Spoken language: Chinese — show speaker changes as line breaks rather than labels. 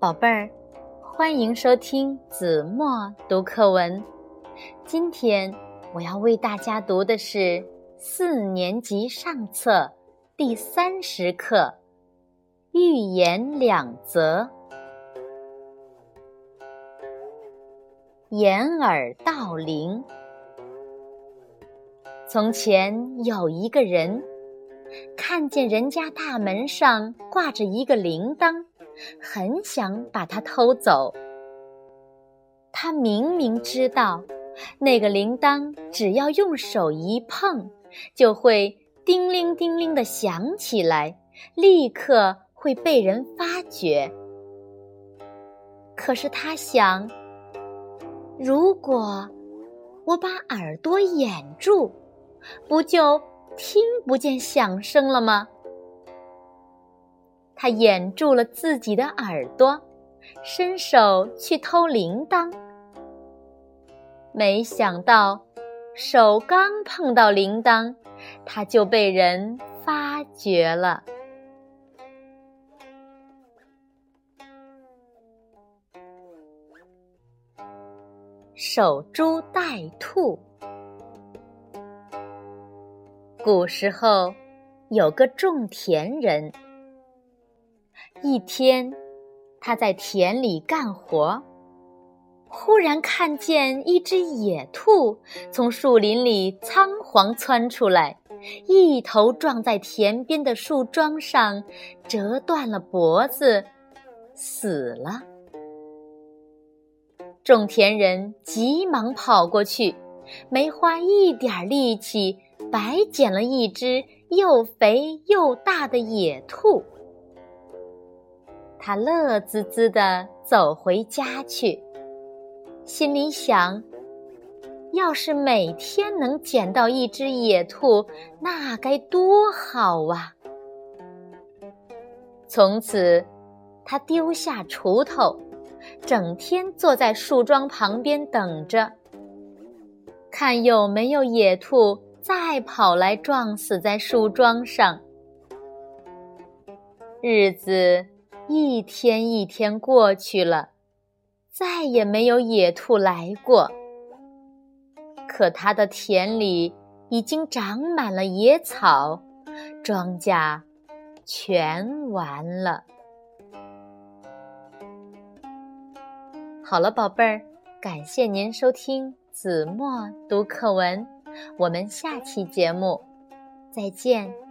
宝贝儿，欢迎收听子墨读课文。今天我要为大家读的是4年级上册第30课寓言2则。掩耳盗铃。从前有一个人，看见人家大门上挂着一个铃铛，很想把它偷走。他明明知道那个铃铛只要用手一碰，就会叮铃叮铃地响起来，立刻会被人发觉。可是他想，如果我把耳朵掩住，不就听不见响声了吗？他掩住了自己的耳朵，伸手去偷铃铛。没想到手刚碰到铃铛，他就被人发觉了。守株待兔。古时候有个种田人，一天他在田里干活，忽然看见一只野兔从树林里仓皇窜出来，一头撞在田边的树桩上，折断了脖子，死了。种田人急忙跑过去，没花一点力气，白捡了一只又肥又大的野兔。他乐滋滋地走回家去，心里想，要是每天能捡到一只野兔，那该多好啊！从此，他丢下锄头，整天坐在树桩旁边等着，看有没有野兔再跑来撞死在树桩上。日子一天一天过去了，再也没有野兔来过。可他的田里已经长满了野草，庄稼全完了。好了，宝贝儿，感谢您收听子墨读课文，我们下期节目再见。